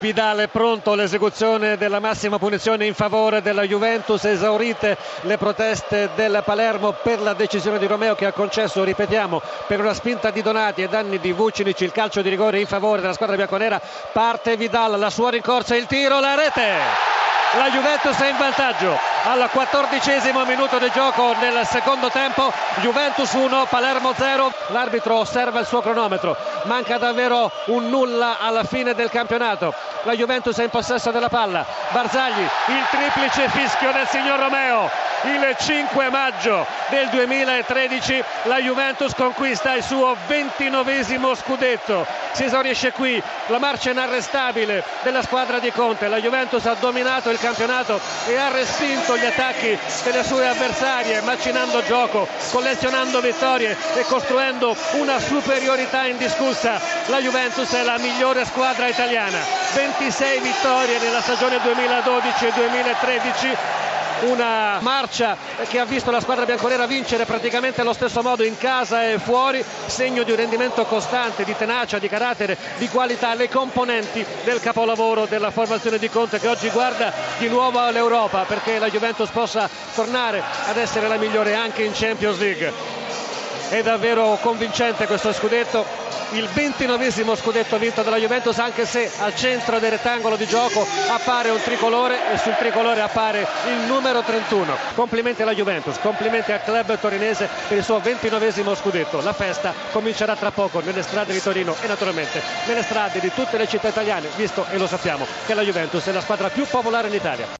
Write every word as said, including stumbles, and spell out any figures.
Vidal è pronto all'esecuzione della massima punizione in favore della Juventus, esaurite le proteste del Palermo per la decisione di Romeo che ha concesso, ripetiamo, per una spinta di Donati e danni di Vucinic il calcio di rigore in favore della squadra bianconera. Parte Vidal, la sua rincorsa, il tiro, la rete! La Juventus è in vantaggio al quattordicesimo minuto di gioco nel secondo tempo. Juventus uno, Palermo zero. L'arbitro osserva il suo cronometro, manca davvero un nulla alla fine del campionato. La Juventus è in possesso della palla. Barzagli, il triplice fischio del signor Romeo. Il cinque maggio del duemilatredici la Juventus conquista il suo ventinovesimo scudetto. Si esaurisce qui la marcia inarrestabile della squadra di Conte. La Juventus ha dominato il campionato e ha respinto gli attacchi delle sue avversarie, macinando gioco, collezionando vittorie e costruendo una superiorità indiscussa. La Juventus è la migliore squadra italiana, ventisei vittorie nella stagione duemiladodici duemilatredici. Una marcia che ha visto la squadra bianconera vincere praticamente allo stesso modo in casa e fuori, segno di un rendimento costante, di tenacia, di carattere, di qualità, le componenti del capolavoro della formazione di Conte, che oggi guarda di nuovo all'Europa perché la Juventus possa tornare ad essere la migliore anche in Champions League. È davvero convincente questo scudetto, il ventinovesimo scudetto vinto dalla Juventus, anche se al centro del rettangolo di gioco appare un tricolore e sul tricolore appare il numero trentuno. Complimenti alla Juventus, complimenti al club torinese per il suo ventinovesimo scudetto. La festa comincerà tra poco nelle strade di Torino e naturalmente nelle strade di tutte le città italiane, visto e lo sappiamo che la Juventus è la squadra più popolare in Italia.